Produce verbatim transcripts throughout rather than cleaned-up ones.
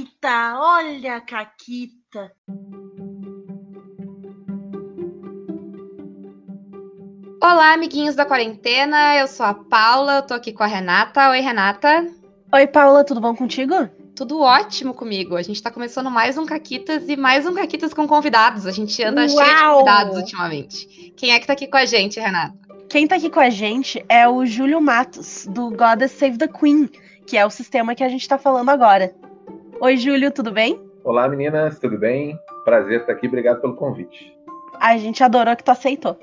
Caquita, olha a Caquita. Olá, amiguinhos da quarentena, eu sou a Paula, eu tô aqui com a Renata. Oi, Renata. Oi, Paula, tudo bom contigo? Tudo ótimo comigo. A gente tá começando mais um Caquitas e mais um Caquitas com convidados. A gente anda Uau! cheio de convidados ultimamente. Quem é que tá aqui com a gente, Renata? Quem tá aqui com a gente é o Júlio Matos, do Goddess Save the Queen, que é o sistema que a gente tá falando agora. Oi, Júlio, tudo bem? Olá, meninas, tudo bem? Prazer estar aqui, obrigado pelo convite. A gente adorou que tu aceitou.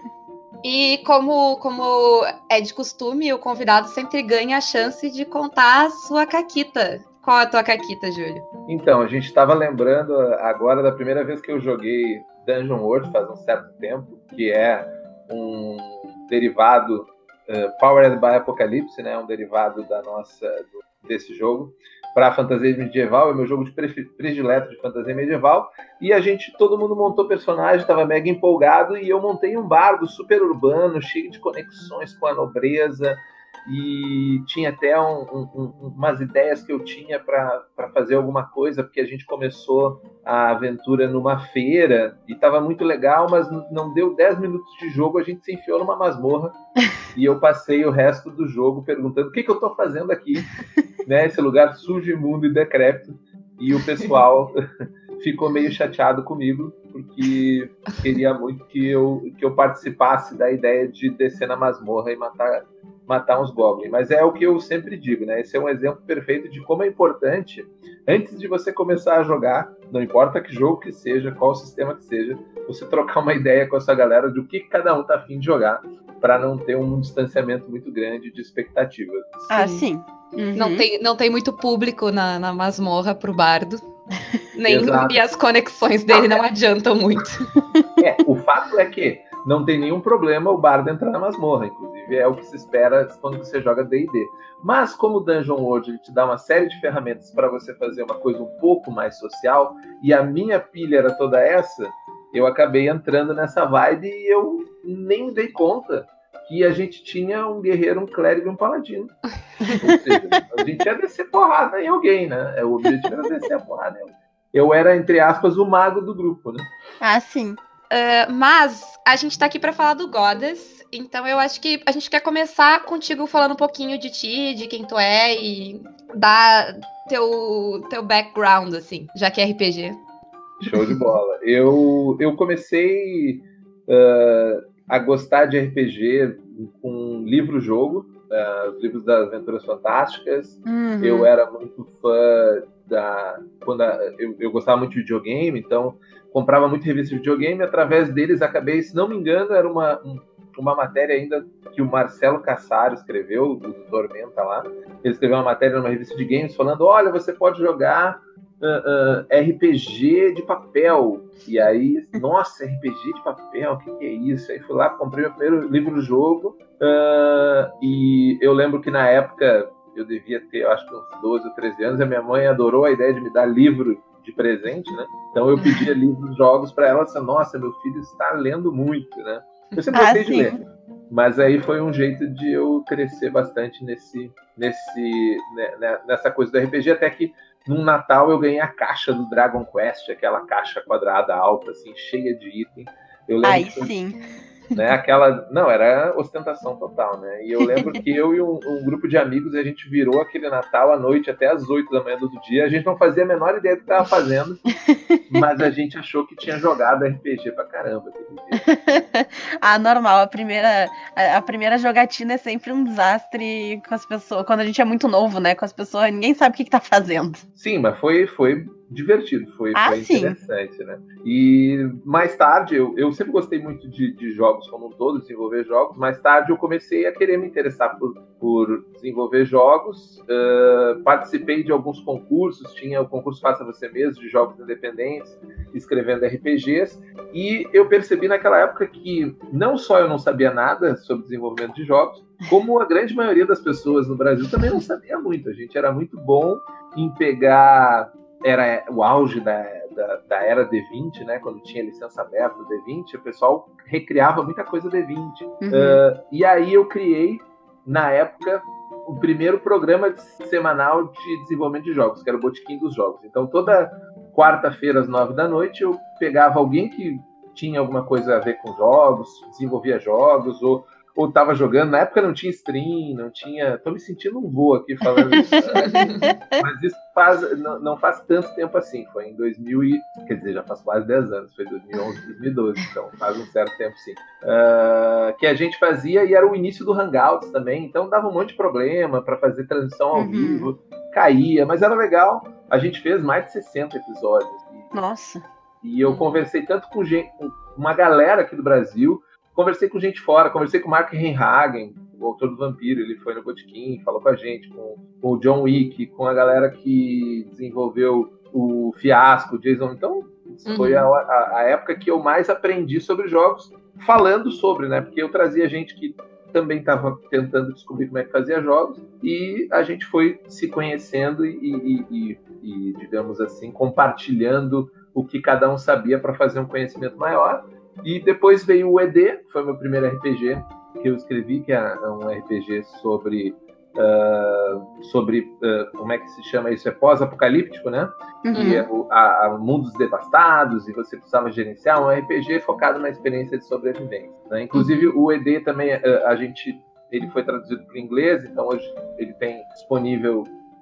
E como, como é de costume, o convidado sempre ganha a chance de contar a sua caquita. Qual é a tua caquita, Júlio? Então, a gente estava lembrando agora da primeira vez que eu joguei Dungeon World, faz um certo tempo, que é um derivado uh, Powered by Apocalypse, né? Um derivado da nossa, do, desse jogo para fantasia medieval, é meu jogo de predileto de fantasia medieval, e a gente, todo mundo montou personagem, estava mega empolgado, e eu montei um bardo super urbano, cheio de conexões com a nobreza, e tinha até um, um, umas ideias que eu tinha para fazer alguma coisa, porque a gente começou a aventura numa feira, e estava muito legal, mas não deu dez minutos de jogo, a gente se enfiou numa masmorra, e eu passei o resto do jogo perguntando o que, que eu estou fazendo aqui, né, esse lugar sujo, imundo e decrépito, e o pessoal ficou meio chateado comigo, porque queria muito que eu, que eu participasse da ideia de descer na masmorra e matar, matar uns goblins. Mas é o que eu sempre digo, né? Esse é um exemplo perfeito de como é importante, antes de você começar a jogar, não importa que jogo que seja, qual sistema que seja, você trocar uma ideia com a sua galera do que cada um tá afim de jogar, para não ter um distanciamento muito grande de expectativas. Ah, sim. Uhum. Não, tem, não tem muito público na, na masmorra pro bardo. Nem, e as conexões dele não adiantam muito. É, o fato é que não tem nenhum problema o bardo entrar na masmorra, inclusive é o que se espera quando você joga D e D. Mas como o Dungeon World ele te dá uma série de ferramentas para você fazer uma coisa um pouco mais social, e a minha pilha era toda essa, eu acabei entrando nessa vibe e eu nem me dei conta que a gente tinha um guerreiro, um clérigo e um paladino. Ou seja, a gente ia descer porrada em alguém, né? O objetivo era descer a porrada em alguém. Eu era, entre aspas, o mago do grupo, né? Ah, sim. Uh, mas a gente tá aqui para falar do Goddess, então eu acho que a gente quer começar contigo falando um pouquinho de ti, de quem tu é e dar teu, teu background, assim, já que é R P G. Show de bola. Eu, eu comecei uh, a gostar de R P G com livro-jogo, uh, os livros das Aventuras Fantásticas. Uhum. Eu era muito fã da... Quando a, eu, eu gostava muito de videogame, então comprava muito revista de videogame. Através deles acabei, se não me engano, era uma, um, uma matéria ainda que o Marcelo Cassaro escreveu, do Tormenta lá. Ele escreveu uma matéria numa revista de games falando, olha, você pode jogar Uh, uh, R P G de papel. E aí, nossa, R P G de papel, o que, que é isso? Aí fui lá, comprei meu primeiro livro do jogo, uh, e eu lembro que na época eu devia ter, eu acho que uns doze ou treze anos, e a minha mãe adorou a ideia de me dar livro de presente, né? Então eu pedia livros, jogos para ela, assim, nossa, meu filho está lendo muito, né? Eu sempre gostei ah, de ler. Mas aí foi um jeito de eu crescer bastante nesse, nesse, né, nessa coisa do R P G, até que num Natal eu ganhei a caixa do Dragon Quest, aquela caixa quadrada alta, assim, cheia de item. Eu lembro Aí que, sim. Né, aquela, não, era ostentação total, né? E eu lembro que eu e um, um grupo de amigos, a gente virou aquele Natal à noite até as oito da manhã do outro dia. A gente não fazia a menor ideia do que estava fazendo, mas a gente achou que tinha jogado R P G pra caramba. Ah, normal. A primeira, a, a primeira jogatina é sempre um desastre com as pessoas. Quando a gente é muito novo, né? Com as pessoas, ninguém sabe o que, que tá fazendo. Sim, mas foi, foi divertido, foi, ah, foi interessante, né? E mais tarde, eu, eu sempre gostei muito de, de jogos como um todo, desenvolver jogos. Mais tarde eu comecei a querer me interessar por, por desenvolver jogos. Uh, participei de alguns concursos, tinha o concurso Faça Você Mesmo, de jogos independentes, escrevendo R P Gs. E eu percebi naquela época que não só eu não sabia nada sobre desenvolvimento de jogos, como a grande maioria das pessoas no Brasil também não sabia muito. A gente era muito bom em pegar... Era o auge da, da, da era D vinte, né? Quando tinha licença aberta do D vinte, o pessoal recriava muita coisa D vinte. Uhum. Uh, e aí eu criei, na época, o primeiro programa semanal de desenvolvimento de jogos, que era o Botequim dos Jogos. Então, toda quarta-feira, às nove da noite, eu pegava alguém que tinha alguma coisa a ver com jogos, desenvolvia jogos, ou ou tava jogando. Na época não tinha stream, não tinha... Tô me sentindo um vô aqui falando isso. Né? Mas isso faz, não, não faz tanto tempo assim. Foi em dois mil e... Quer dizer, já faz quase dez anos. Foi dois mil e onze, dois mil e doze. Então faz um certo tempo, sim. Uh, que a gente fazia, e era o início do Hangouts também. Então dava um monte de problema para fazer transmissão ao uhum. vivo. Caía, mas era legal. A gente fez mais de sessenta episódios. Nossa! E eu conversei tanto com, gente, com uma galera aqui do Brasil... Conversei com gente fora, conversei com o Mark Renhagen, o autor do Vampiro, ele foi no Botequim, falou com a gente, com, com o John Wick, com a galera que desenvolveu o Fiasco, o Jason. Então, uhum. foi a, a, a época que eu mais aprendi sobre jogos, falando sobre, né? Porque eu trazia gente que também estava tentando descobrir como é que fazia jogos, e a gente foi se conhecendo e, e, e, e digamos assim, compartilhando o que cada um sabia para fazer um conhecimento maior. E depois veio o E D, que foi o meu primeiro R P G que eu escrevi, que é um R P G sobre, uh, sobre uh, como é que se chama isso? É pós-apocalíptico, né? Uhum. E é o, a, a mundos devastados, e você precisava gerenciar um R P G focado na experiência de sobrevivência. Né? Inclusive, uhum. o E D também, uh, a gente, ele foi traduzido para o inglês, então hoje ele tem disponível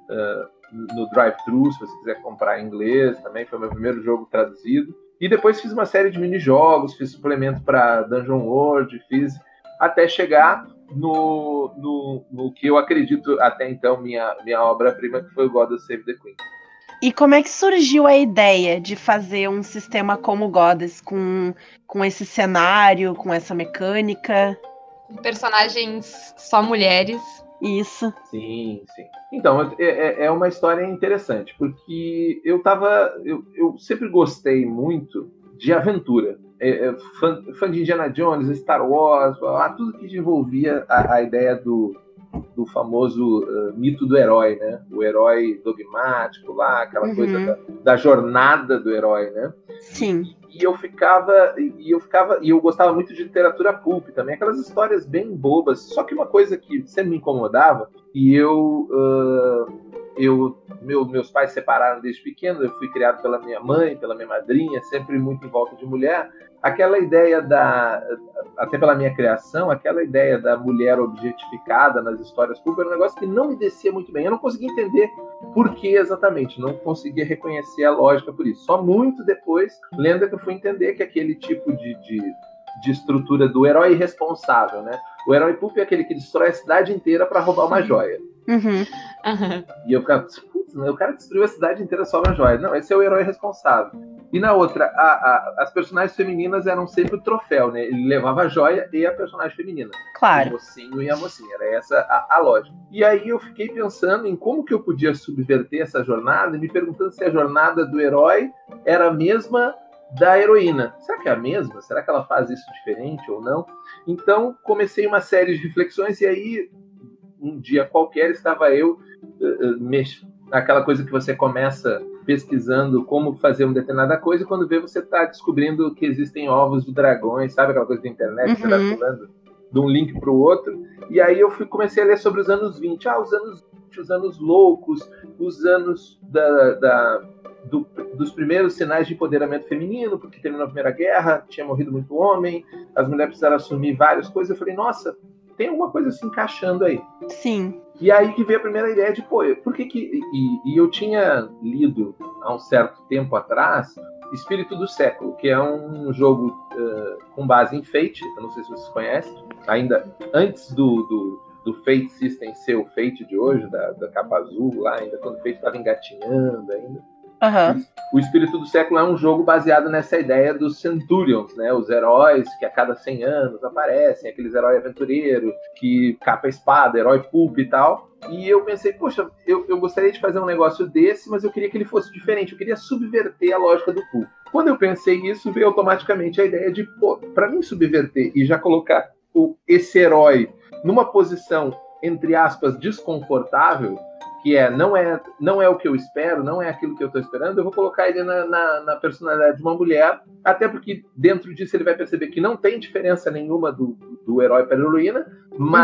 uh, no drive-thru, se você quiser comprar em inglês também. Foi o meu primeiro jogo traduzido. E depois fiz uma série de mini-jogos, fiz suplemento para Dungeon World, fiz até chegar no, no, no que eu acredito até então minha, minha obra-prima, que foi o God Save the Queen. E como é que surgiu a ideia de fazer um sistema como Goddess, com, com esse cenário, com essa mecânica? Com personagens só mulheres. Isso. Sim, sim. Então, é, é uma história interessante, porque eu tava. Eu, eu sempre gostei muito de aventura. É, é, fã, fã de Indiana Jones, Star Wars, tudo que envolvia a, a ideia do, do famoso uh, mito do herói, né? O herói dogmático lá, aquela uhum. coisa da, da jornada do herói, né? Sim. E eu ficava, e eu ficava, e eu gostava muito de literatura pulp também, aquelas histórias bem bobas. Só que uma coisa que sempre me incomodava, e eu, uh, eu meu, meus pais se separaram desde pequeno, eu fui criado pela minha mãe, pela minha madrinha, sempre muito em volta de mulher. Aquela ideia da, até pela minha criação, aquela ideia da mulher objetificada nas histórias pulp era um negócio que não me descia muito bem. Eu não conseguia entender por que exatamente, não conseguia reconhecer a lógica por isso. Só muito depois, lendo, que eu fui entender que aquele tipo de, de, de estrutura do herói irresponsável, né? O herói pulp é aquele que destrói a cidade inteira para roubar uma joia. Uhum. Uhum. E eu ficava, putz, o cara destruiu a cidade inteira só uma joia. Não, esse é o herói responsável. E na outra, a, a, as personagens femininas eram sempre o troféu, né? Ele levava a joia e a personagem feminina. Claro. O mocinho e a mocinha. Era essa a, a lógica. E aí eu fiquei pensando em como que eu podia subverter essa jornada, e me perguntando se a jornada do herói era a mesma da heroína. Será que é a mesma? Será que ela faz isso diferente ou não? Então comecei uma série de reflexões, e aí um dia qualquer estava eu uh, mexendo aquela coisa que você começa pesquisando como fazer uma determinada coisa, e quando vê você está descobrindo que existem ovos de dragões, sabe aquela coisa da internet, uhum. que você está pulando de um link para o outro. E aí eu fui, comecei a ler sobre os anos vinte. Ah, os anos vinte, os anos loucos, os anos da, da, do, dos primeiros sinais de empoderamento feminino, porque terminou a Primeira Guerra, tinha morrido muito homem, as mulheres precisaram assumir várias coisas. Eu falei, nossa, tem alguma coisa se encaixando aí. Sim. E aí que veio a primeira ideia de, pô, por que que... E, e eu tinha lido há um certo tempo atrás Espírito do Século, que é um jogo uh, com base em Fate, eu não sei se vocês conhecem, ainda antes do, do, do Fate System ser o Fate de hoje, da, da capa azul lá, ainda quando o Fate estava engatinhando ainda. Uhum. O Espírito do Século é um jogo baseado nessa ideia dos Centurions, né? Os heróis que a cada cem anos aparecem, aqueles heróis aventureiros que capa a espada, herói pulp e tal. E eu pensei, poxa, eu, eu gostaria de fazer um negócio desse, mas eu queria que ele fosse diferente, eu queria subverter a lógica do pulp. Quando eu pensei nisso, veio automaticamente a ideia de, pô, para mim subverter e já colocar o, esse herói numa posição, entre aspas, desconfortável, que é não, é não é o que eu espero, não é aquilo que eu estou esperando, eu vou colocar ele na, na, na personalidade de uma mulher, até porque dentro disso ele vai perceber que não tem diferença nenhuma do, do herói para a heroína, mas uhum.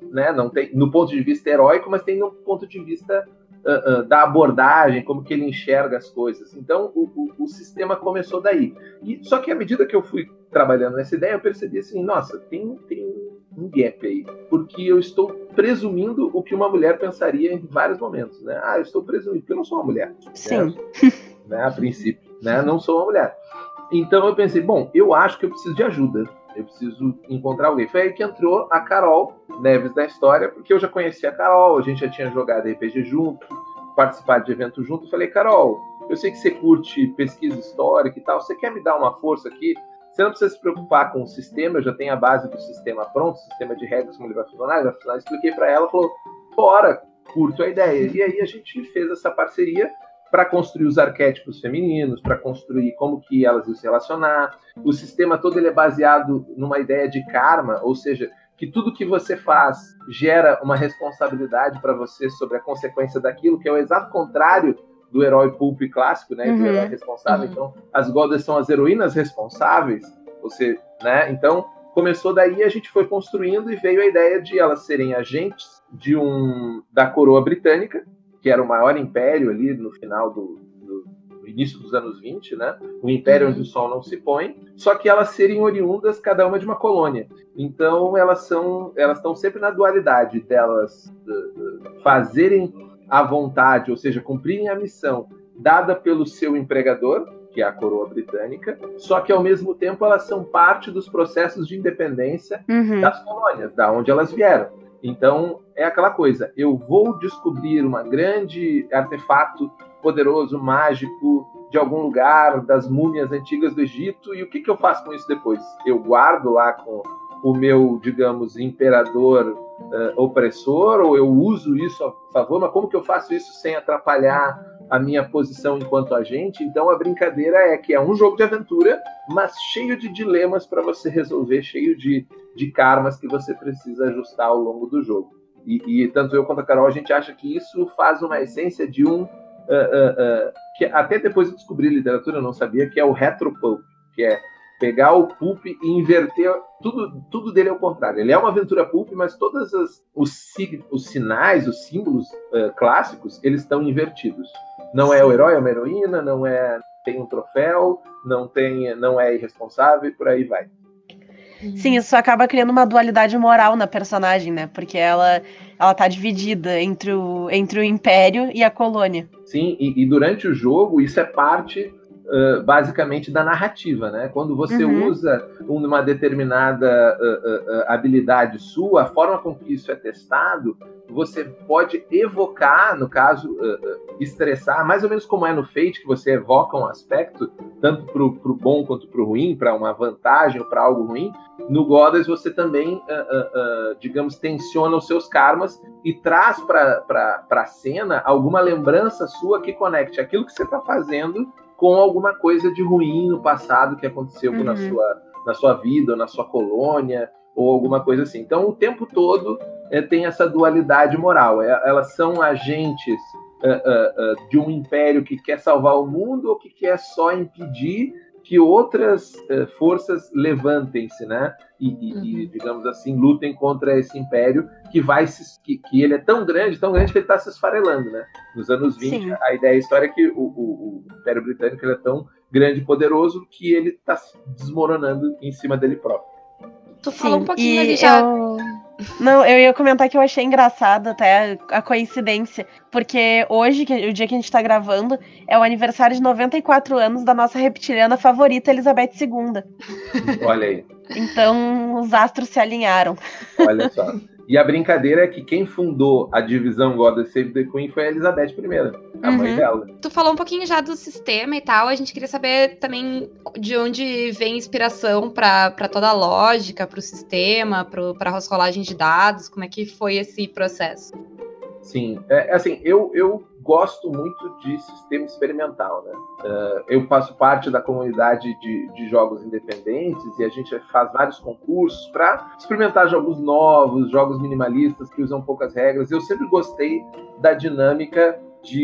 né, não tem no ponto de vista heróico, mas tem no ponto de vista uh, uh, da abordagem, como que ele enxerga as coisas. Então, o, o, o sistema começou daí. E, só que à medida que eu fui trabalhando nessa ideia, eu percebi assim, nossa, tem, tem um gap aí, porque eu estou presumindo o que uma mulher pensaria em vários momentos, né? Ah, eu estou presumindo, porque eu não sou uma mulher. Sim. Né? Né? A princípio, né? Não sou uma mulher. Então eu pensei, bom, eu acho que eu preciso de ajuda. Eu preciso encontrar alguém. Foi aí que entrou a Carol Neves da história, porque eu já conhecia a Carol, a gente já tinha jogado R P G junto, participado de evento junto. Eu falei, Carol, eu sei que você curte pesquisa histórica e tal, você quer me dar uma força aqui? Você não precisa se preocupar com o sistema, eu já tenho a base do sistema pronto, sistema de regras, como ele vai funcionar, ele vai funcionar. Eu expliquei para ela, falou, bora, curto a ideia. E aí a gente fez essa parceria para construir os arquétipos femininos, para construir como que elas iam se relacionar. O sistema todo ele é baseado numa ideia de karma, ou seja, que tudo que você faz gera uma responsabilidade para você sobre a consequência daquilo, que é o exato contrário do herói pulp clássico, né, uhum. do herói responsável. Uhum. Então, as godas são as heroínas responsáveis, você, né? Então, começou daí, a gente foi construindo e veio a ideia de elas serem agentes de um da coroa britânica, que era o maior império ali no final do, do, do início dos anos vinte, né? O império uhum. onde o sol não se põe, só que elas serem oriundas cada uma de uma colônia. Então elas são, elas estão sempre na dualidade delas uh, uh, fazerem a vontade, ou seja, cumprirem a missão dada pelo seu empregador, que é a coroa britânica, só que ao mesmo tempo elas são parte dos processos de independência uhum. das colônias, da onde elas vieram. Então, é aquela coisa, eu vou descobrir um grande artefato poderoso, mágico, de algum lugar, das múmias antigas do Egito, e o que, que eu faço com isso depois? Eu guardo lá com o meu, digamos, imperador uh, opressor, ou eu uso isso a favor, mas como que eu faço isso sem atrapalhar a minha posição enquanto agente? Então, a brincadeira é que é um jogo de aventura, mas cheio de dilemas para você resolver, cheio de de karmas que você precisa ajustar ao longo do jogo. E, e tanto eu quanto a Carol, a gente acha que isso faz uma essência de um... Uh, uh, uh, que até depois eu descobri literatura, eu não sabia, que é o retropulp, que é pegar o pulp e inverter tudo, tudo dele ao contrário. Ele é uma aventura pulp, mas todos as, os, os sinais, os símbolos uh, clássicos, eles estão invertidos. Não é o herói, é uma heroína, não é tem um troféu, não, tem, não é irresponsável e por aí vai. Sim, isso acaba criando uma dualidade moral na personagem, né? Porque ela, ela tá dividida entre o, entre o Império e a colônia. Sim, e, e durante o jogo isso é parte, uh, basicamente, da narrativa, né? Quando você uhum. usa uma determinada uh, uh, habilidade sua, a forma com que isso é testado, você pode evocar, no caso, uh, uh, estressar, mais ou menos como é no Fate, que você evoca um aspecto, tanto pro, pro bom quanto pro ruim, para uma vantagem ou para algo ruim. No Goddess você também, uh, uh, uh, digamos, tensiona os seus karmas e traz para a cena alguma lembrança sua que conecte aquilo que você está fazendo com alguma coisa de ruim no passado que aconteceu uhum. na, sua, na sua vida, ou na sua colônia, ou alguma coisa assim. Então, o tempo todo é, tem essa dualidade moral. É, elas são agentes uh, uh, uh, de um império que quer salvar o mundo ou que quer só impedir que outras uh, forças levantem-se, né? E, e, uhum. e, digamos assim, lutem contra esse império que vai se, que, que ele é tão grande, tão grande que ele está se esfarelando, né? Nos anos vinte, Sim. a ideia, a história é que o, o, o Império Britânico ele é tão grande e poderoso que ele está se desmoronando em cima dele próprio. Tu falou um pouquinho ali já... Eu... Não, eu ia comentar que eu achei engraçado até a coincidência, porque hoje, que, o dia que a gente tá gravando, é o aniversário de noventa e quatro anos da nossa reptiliana favorita, Elizabeth segunda. Olha aí. Então, os astros se alinharam. Olha só. E a brincadeira é que quem fundou a divisão Goddess Save the Queen foi a Elizabeth primeira, a uhum. mãe dela. Tu falou um pouquinho já do sistema e tal, a gente queria saber também de onde vem inspiração para toda a lógica, para o sistema, para a rolagem de dados, como é que foi esse processo? Sim, é, assim, eu, eu gosto muito de sistema experimental, né? Uh, eu faço parte da comunidade de, de jogos independentes e a gente faz vários concursos para experimentar jogos novos, jogos minimalistas que usam poucas regras. Eu sempre gostei da dinâmica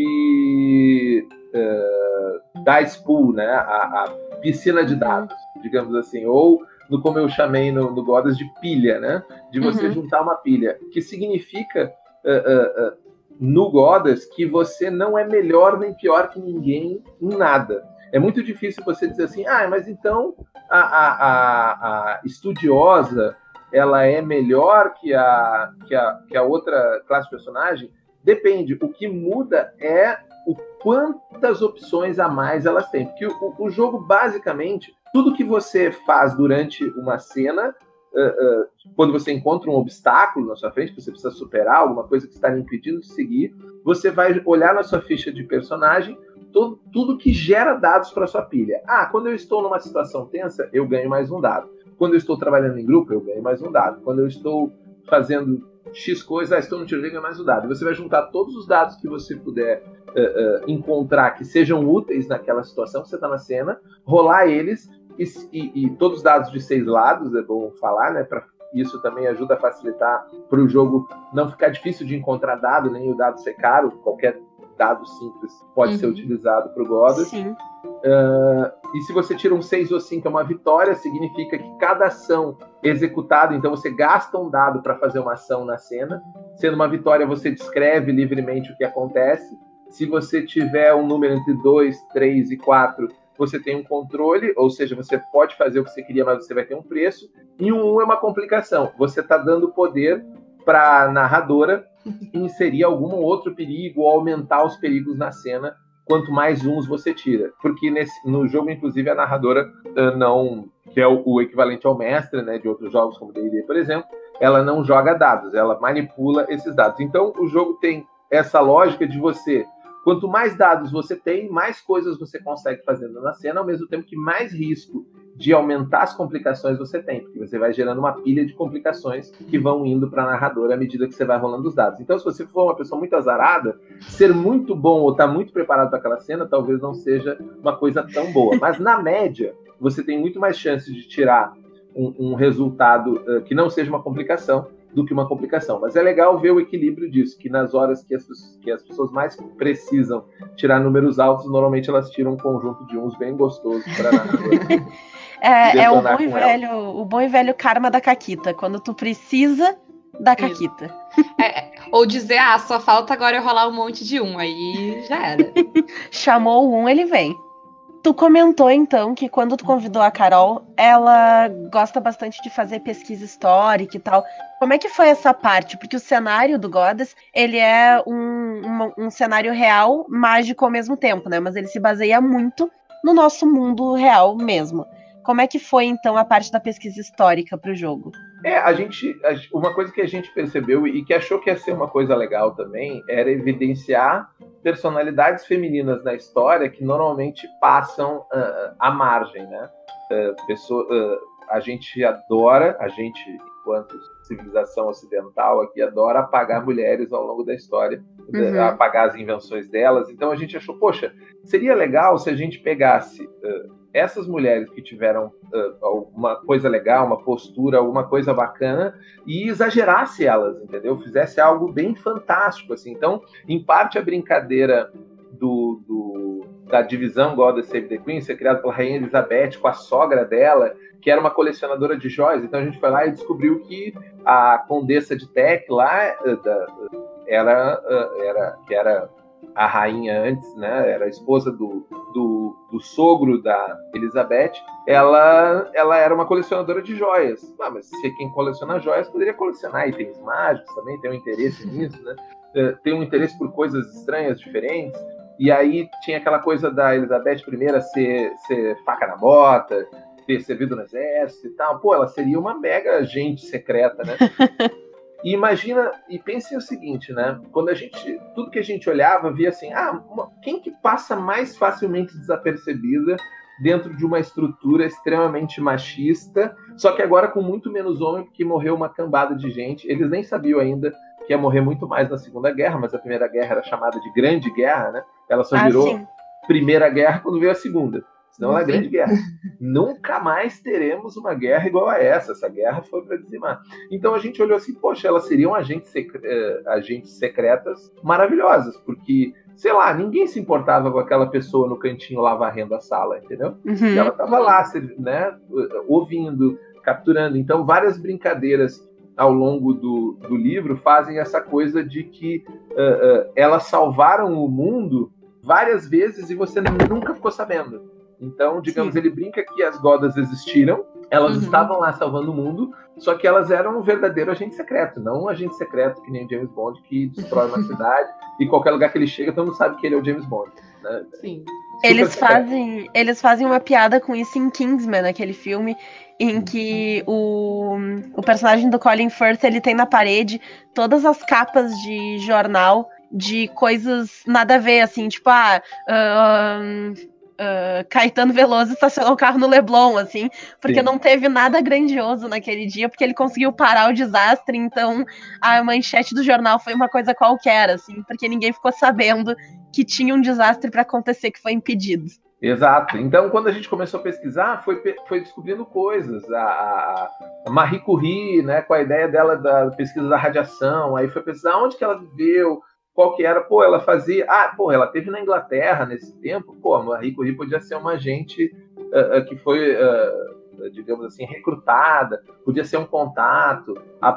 de uh, dice pool, né? A, a piscina de dados, digamos assim, ou no como eu chamei no, no Godas de pilha, né? De você uhum. juntar uma pilha, que significa uh, uh, uh, no Godas que você não é melhor nem pior que ninguém em nada. É muito difícil você dizer assim, ah, mas então a, a, a, a estudiosa ela é melhor que a, que, a, que a outra classe de personagem. Depende. O que muda é o quantas opções a mais elas têm. Porque o, o jogo, basicamente, tudo que você faz durante uma cena, uh, uh, quando você encontra um obstáculo na sua frente, que você precisa superar, alguma coisa que está lhe impedindo de seguir, você vai olhar na sua ficha de personagem todo, tudo que gera dados para sua pilha. Ah, quando eu estou numa situação tensa, eu ganho mais um dado. Quando eu estou trabalhando em grupo, eu ganho mais um dado. Quando eu estou fazendo X coisa, ah, estou no tiroteio, ganho mais um dado. Você vai juntar todos os dados que você puder uh, uh, encontrar que sejam úteis naquela situação que você está na cena, rolar eles, e, e, e todos os dados de seis lados, é bom falar, né? Pra, isso também ajuda a facilitar para o jogo não ficar difícil de encontrar dado, nem o dado ser caro, qualquer dado simples pode uhum. ser utilizado para o Godas. Sim. Uh, e se você tira um seis ou cinco, é uma vitória, significa que cada ação executada, então você gasta um dado para fazer uma ação na cena. Sendo uma vitória, você descreve livremente o que acontece. Se você tiver um número entre dois, três e quatro, você tem um controle, ou seja, você pode fazer o que você queria, mas você vai ter um preço. E um um é uma complicação. Você está dando poder para a narradora inserir algum outro perigo ou aumentar os perigos na cena, quanto mais uns você tira. Porque nesse, no jogo, inclusive, a narradora uh, não, que é o, o equivalente ao mestre, né, de outros jogos como D e D, por exemplo, ela não joga dados, ela manipula esses dados. Então, o jogo tem essa lógica de você, quanto mais dados você tem, mais coisas você consegue fazendo na cena, ao mesmo tempo que mais risco de aumentar as complicações você tem, porque você vai gerando uma pilha de complicações que vão indo para a narradora à medida que você vai rolando os dados. Então, se você for uma pessoa muito azarada, ser muito bom ou estar tá muito preparado para aquela cena talvez não seja uma coisa tão boa. Mas, na média, você tem muito mais chance de tirar um, um resultado uh, que não seja uma complicação do que uma complicação. Mas é legal ver o equilíbrio disso, que nas horas que as, que as pessoas mais precisam tirar números altos, normalmente elas tiram um conjunto de uns bem gostosos para a narradora. É, é o, bom e velho, o bom e velho karma da caquita, quando tu precisa da caquita. É, ou dizer, ah, só falta agora eu rolar um monte de um, aí já era. Chamou o um, ele vem. Tu comentou, então, que quando tu convidou a Carol, ela gosta bastante de fazer pesquisa histórica e tal. Como é que foi essa parte? Porque o cenário do Godas, ele é um, um, um cenário real, mágico ao mesmo tempo, né? Mas ele se baseia muito no nosso mundo real mesmo. Como é que foi, então, a parte da pesquisa histórica para o jogo? É, a gente, uma coisa que a gente percebeu e que achou que ia ser uma coisa legal também era evidenciar personalidades femininas na história que normalmente passam uh, à margem, né? Uh, pessoa, uh, a gente adora, a gente, enquanto civilização ocidental aqui, adora apagar mulheres ao longo da história, uhum. apagar as invenções delas. Então a gente achou, poxa, seria legal se a gente pegasse uh, essas mulheres que tiveram uh, alguma coisa legal, uma postura, alguma coisa bacana, e exagerasse elas, entendeu? Fizesse algo bem fantástico, assim. Então, em parte, a brincadeira do, do, da divisão Goddess Save the Queen ser criada pela Rainha Elizabeth com a sogra dela, que era uma colecionadora de joias. Então, a gente foi lá e descobriu que a Condessa de Teck lá uh, da, era, uh, era, que era a rainha antes, né, era a esposa do, do, do sogro da Elizabeth, ela, ela era uma colecionadora de joias. Ah, mas se quem coleciona joias poderia colecionar itens mágicos também, tem um interesse nisso, né? Tem um interesse por coisas estranhas, diferentes. E aí tinha aquela coisa da Elizabeth I ser, ser faca na bota, ter servido no exército e tal. Pô, ela seria uma mega agente secreta, né? E imagina, e pense o seguinte, né? Quando a gente, tudo que a gente olhava, via assim, ah, uma, quem que passa mais facilmente desapercebida dentro de uma estrutura extremamente machista, só que agora com muito menos homem, porque morreu uma cambada de gente. Eles nem sabiam ainda que ia morrer muito mais na Segunda Guerra, mas a Primeira Guerra era chamada de Grande Guerra, né? Ela só virou ah, Primeira Guerra quando veio a Segunda. Senão ela é Grande Guerra. Nunca mais teremos uma guerra igual a essa. Essa guerra foi para dizimar. Então a gente olhou assim, poxa, elas seriam agentes, secre... agentes secretas maravilhosas, porque, sei lá, ninguém se importava com aquela pessoa no cantinho lá varrendo a sala, entendeu? Uhum. E ela estava lá, né, ouvindo, capturando. Então, várias brincadeiras ao longo do, do livro fazem essa coisa de que uh, uh, elas salvaram o mundo várias vezes e você nunca ficou sabendo. Então, digamos, Sim. ele brinca que as Godas existiram, elas uhum. estavam lá salvando o mundo, só que elas eram um verdadeiro agente secreto, não um agente secreto que nem o James Bond, que destrói uma cidade e qualquer lugar que ele chega, todo mundo sabe que ele é o James Bond. Né? Sim. Eles fazem, eles fazem uma piada com isso em Kingsman, aquele filme em que o, o personagem do Colin Firth, ele tem na parede todas as capas de jornal de coisas nada a ver, assim, tipo, ah, uh, uh, Caetano Veloso estacionou o carro no Leblon, assim, porque Sim. não teve nada grandioso naquele dia, porque ele conseguiu parar o desastre, então a manchete do jornal foi uma coisa qualquer, assim, porque ninguém ficou sabendo que tinha um desastre para acontecer que foi impedido. Exato. Então, quando a gente começou a pesquisar, foi, foi descobrindo coisas. A, a, a Marie Curie, né, com a ideia dela da pesquisa da radiação, aí foi pesquisar onde que ela viveu, qual que era. Pô, ela fazia... Ah, pô, ela teve na Inglaterra nesse tempo. Pô, a Marie Curie podia ser uma agente uh, uh, que foi, uh, digamos assim, recrutada, podia ser um contato. A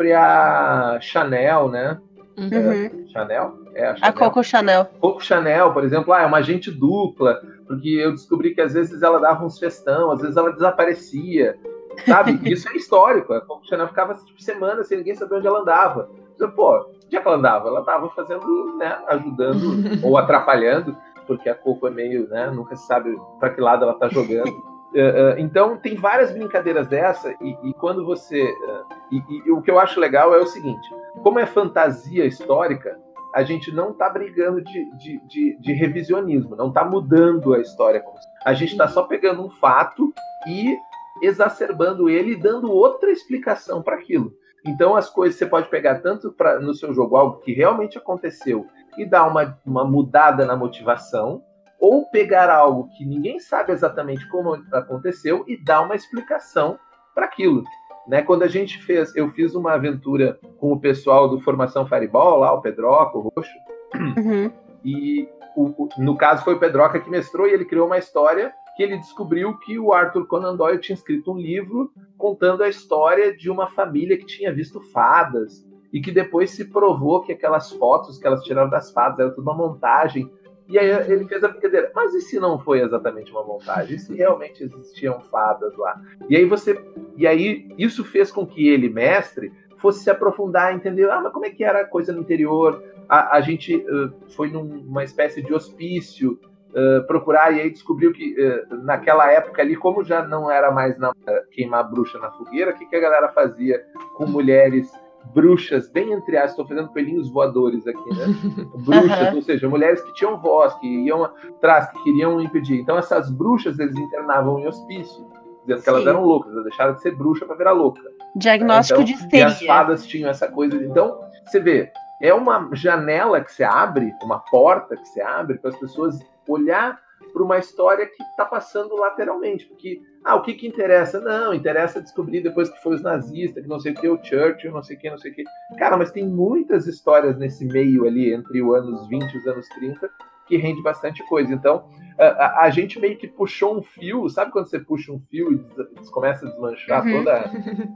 própria Chanel, né? Uhum. Uh, Chanel? É, a, Chanel. a Coco Chanel. Coco Chanel, por exemplo, ah, é uma agente dupla, porque eu descobri que às vezes ela dava uns festão, às vezes ela desaparecia, sabe? Isso é histórico. A Coco Chanel ficava tipo, semanas sem ninguém saber onde ela andava. Então, pô, onde é que ela andava? Ela estava fazendo, né, ajudando ou atrapalhando, porque a Coco é meio, né, nunca se sabe para que lado ela está jogando. Uh, uh, então, tem várias brincadeiras dessa, e, e quando você... Uh, e, e o que eu acho legal é o seguinte, como é fantasia histórica, a gente não está brigando de, de, de, de revisionismo, não está mudando a história. A gente está só pegando um fato e exacerbando ele e dando outra explicação para aquilo. Então, as coisas você pode pegar tanto pra, no seu jogo algo que realmente aconteceu e dar uma, uma mudada na motivação, ou pegar algo que ninguém sabe exatamente como aconteceu e dar uma explicação para aquilo. Né? Quando a gente fez, eu fiz uma aventura com o pessoal do Formação Fireball, lá, o Pedroca, o Roxo, uhum. e o, o, no caso foi o Pedroca que mestrou, e ele criou uma história que ele descobriu que o Arthur Conan Doyle tinha escrito um livro contando a história de uma família que tinha visto fadas, e que depois se provou que aquelas fotos que elas tiraram das fadas era tudo uma montagem. E aí ele fez a brincadeira, mas e se não foi exatamente uma montagem? E se realmente existiam fadas lá? E aí você, e aí isso fez com que ele, mestre, fosse se aprofundar, entender, ah, mas como é que era a coisa no interior? A, a gente uh, foi numa espécie de hospício uh, procurar, e aí descobriu que uh, naquela época ali, como já não era mais na, uh, queimar bruxa na fogueira, o que, que a galera fazia com mulheres bruxas, bem entre aspas, estou fazendo coelhinhos voadores aqui, né? Bruxas, uhum. ou seja, mulheres que tinham voz, que iam atrás, que queriam impedir. Então, essas bruxas, eles internavam em hospício, dizendo que elas eram loucas, elas deixaram de ser bruxa para virar louca. Diagnóstico então, de histeria. E as fadas tinham essa coisa. Então, você vê, é uma janela que você abre, uma porta que você abre para as pessoas olhar para uma história que está passando lateralmente, porque, ah, o que que interessa? Não, interessa descobrir depois que foi os nazistas, que não sei o que, o Churchill, não sei o que, não sei o que. Cara, mas tem muitas histórias nesse meio ali, entre os anos vinte e os anos trinta, que rende bastante coisa. Então, a, a, a gente meio que puxou um fio, sabe quando você puxa um fio e des, começa a desmanchar uhum. toda...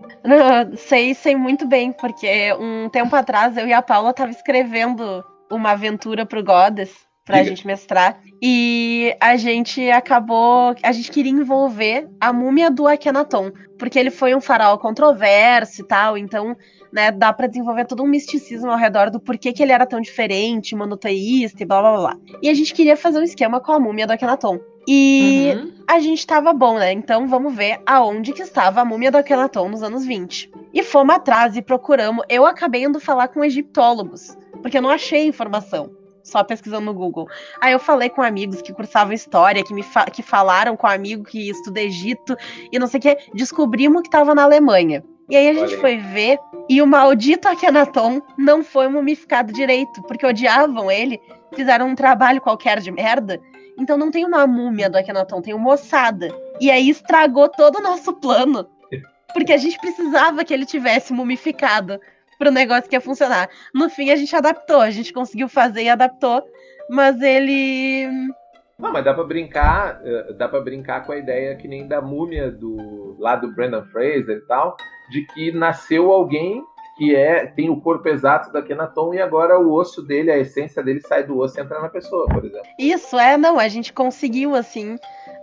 Não, sei, sei muito bem, porque um tempo atrás eu e a Paula tava escrevendo uma aventura pro Goddess, pra Diga. gente mestrar, e a gente acabou, a gente queria envolver a múmia do Akhenaton, porque ele foi um faraó controverso e tal, então, né, dá pra desenvolver todo um misticismo ao redor do porquê que ele era tão diferente, monoteísta e blá blá blá. E a gente queria fazer um esquema com a múmia do Akhenaton. E uhum. a gente tava bom, né, então vamos ver aonde que estava a múmia do Akhenaton nos anos vinte. E fomos atrás e procuramos, eu acabei indo falar com egiptólogos, porque eu não achei informação. Só pesquisando no Google. Aí eu falei com amigos que cursavam história, que me fa- que falaram com um amigo que estuda Egito e não sei o que. Descobrimos que tava na Alemanha. E aí a gente foi ver e o maldito Akhenaton não foi mumificado direito, porque odiavam ele, fizeram um trabalho qualquer de merda. Então não tem uma múmia do Akhenaton, tem uma ossada. E aí estragou todo o nosso plano, porque a gente precisava que ele tivesse mumificado pro negócio que ia funcionar. No fim, a gente adaptou, a gente conseguiu fazer e adaptou, mas ele Não, mas dá pra brincar, uh, dá pra brincar com a ideia que nem da múmia do, lá do Brendan Fraser e tal, de que nasceu alguém que é, tem o corpo exato da Akhenaton e agora o osso dele, a essência dele sai do osso e entra na pessoa, por exemplo. Isso, é, não, a gente conseguiu, assim,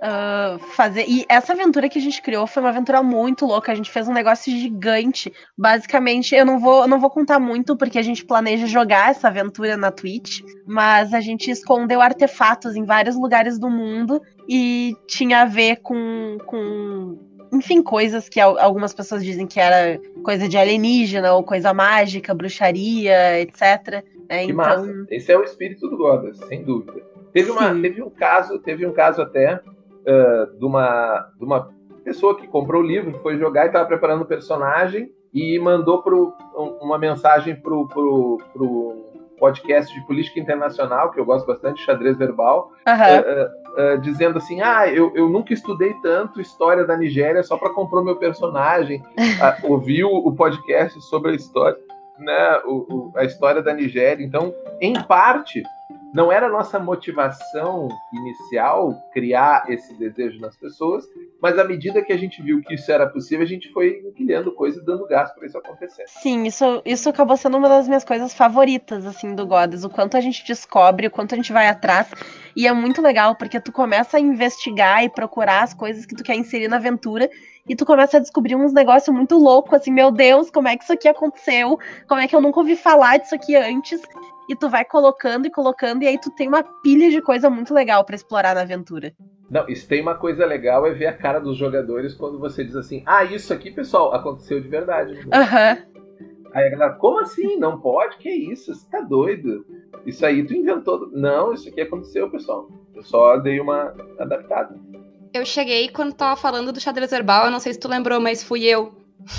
uh, fazer... E essa aventura que a gente criou foi uma aventura muito louca, a gente fez um negócio gigante. Basicamente, eu não vou, eu não vou contar muito, porque a gente planeja jogar essa aventura na Twitch, mas a gente escondeu artefatos em vários lugares do mundo e tinha a ver com... com... enfim, coisas que algumas pessoas dizem que era coisa de alienígena, ou coisa mágica, bruxaria, etcétera. É, que então... massa. Esse é o espírito do Godas, sem dúvida. Teve, uma, teve um caso, teve um caso até uh, de, uma, de uma pessoa que comprou o livro, foi jogar e estava preparando o personagem e mandou pro, uma mensagem pro, pro, pro podcast de política internacional, que eu gosto bastante, Xadrez Verbal, uhum. uh, uh, uh, dizendo assim, ah, eu, eu nunca estudei tanto história da Nigéria só para comprar o meu personagem, uh, ouviu o podcast sobre a história, né, o, o, a história da Nigéria. Então, em parte, não era a nossa motivação inicial criar esse desejo nas pessoas, mas à medida que a gente viu que isso era possível, a gente foi empilhando coisas e dando gás para isso acontecer. Sim, isso, isso acabou sendo uma das minhas coisas favoritas, assim, do Godas. O quanto a gente descobre, o quanto a gente vai atrás. E é muito legal, porque tu começa a investigar e procurar as coisas que tu quer inserir na aventura, e tu começa a descobrir uns negócios muito loucos, assim, meu Deus, como é que isso aqui aconteceu? Como é que eu nunca ouvi falar disso aqui antes? E tu vai colocando e colocando, e aí tu tem uma pilha de coisa muito legal pra explorar na aventura. Não, isso tem uma coisa legal, é ver a cara dos jogadores quando você diz assim, ah, isso aqui, pessoal, aconteceu de verdade. Aham. Uhum. Aí a galera, como assim? Não pode? Que isso? Você tá doido? Isso aí tu inventou. Não, isso aqui aconteceu, pessoal. Eu só dei uma adaptada. Eu cheguei quando tava falando do xadrez verbal, eu não sei se tu lembrou, mas fui eu.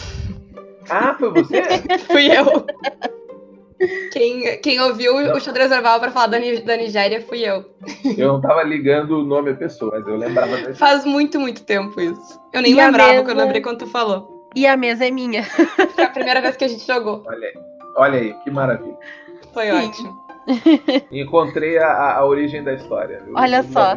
Ah, foi você? Fui eu. Quem, quem ouviu não. o xadrez verbal pra falar da, da Nigéria fui eu. Eu não tava ligando o nome à pessoa, mas eu lembrava desse. Faz muito, muito tempo isso. Eu nem e lembrava, mesa... porque eu lembrei quando tu falou. E a mesa é minha. Foi a primeira vez que a gente jogou. Olha aí, olha aí, que maravilha. Foi Sim. ótimo. Encontrei a, a origem da história. Eu, olha eu só.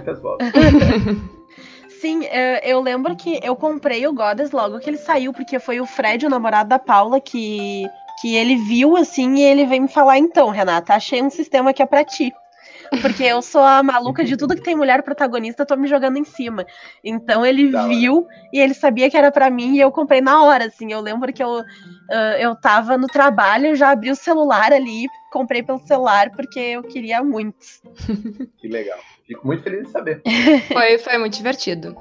Sim, eu lembro que eu comprei o Godas logo que ele saiu, porque foi o Fred, o namorado da Paula, que... que ele viu, assim, e ele veio me falar, então, Renata, achei um sistema que é pra ti. Porque eu sou a maluca de tudo que tem mulher protagonista, tô me jogando em cima. Então ele da viu hora. E ele sabia que era pra mim e eu comprei na hora, assim. Eu lembro que eu, uh, eu tava no trabalho, já abri o celular ali, comprei pelo celular porque eu queria muito. Que legal. Fico muito feliz de saber. Foi, foi muito divertido.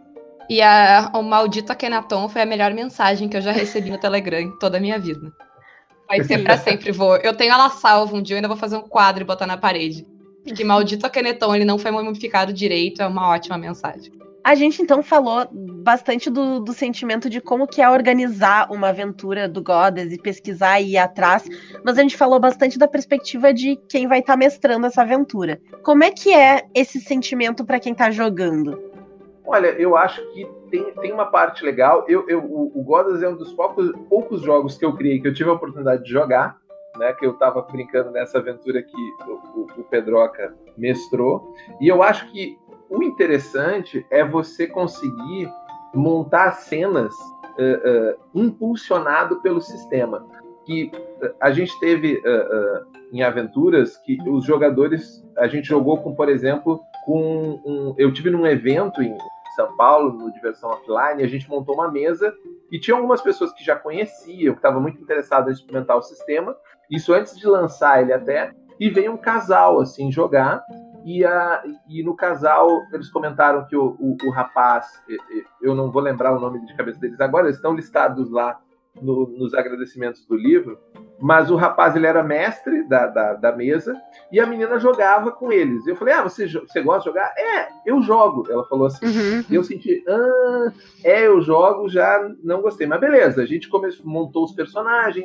E a, o maldito Akhenaton foi a melhor mensagem que eu já recebi no Telegram em toda a minha vida. Vai ser pra sempre, vou. Eu tenho ela salva um dia, eu ainda vou fazer um quadro e botar na parede. Porque maldito Akhenaton, ele não foi mumificado direito, é uma ótima mensagem. A gente, então, falou bastante do, do sentimento de como que é organizar uma aventura do Godas e pesquisar e ir atrás, mas a gente falou bastante da perspectiva de quem vai estar tá mestrando essa aventura. Como é que é esse sentimento para quem tá jogando? Olha, eu acho que tem, tem uma parte legal. Eu, eu, o, o Godas é um dos poucos, poucos jogos que eu criei que eu tive a oportunidade de jogar, né, que eu estava brincando nessa aventura que o, o, o Pedroca mestrou. E eu acho que o interessante é você conseguir montar cenas uh, uh, impulsionado pelo sistema. Que uh, a gente teve uh, uh, em aventuras que os jogadores... A gente jogou com, por exemplo, com um, eu tive num evento em São Paulo, no Diversão Offline, a gente montou uma mesa e tinha algumas pessoas que já conheciam, que estavam muito interessadas em experimentar o sistema, isso antes de lançar ele até, e veio um casal, assim, jogar, e, a, e no casal eles comentaram que o, o, o rapaz, eu não vou lembrar o nome de cabeça deles agora, eles estão listados lá no, nos agradecimentos do livro, mas o rapaz, ele era mestre da, da, da mesa, e a menina jogava com eles. Eu falei, ah, você, você gosta de jogar? É, eu jogo. Ela falou assim. Uhum. E eu senti, ah, é, eu jogo, já não gostei. Mas beleza, a gente começou, montou os personagens,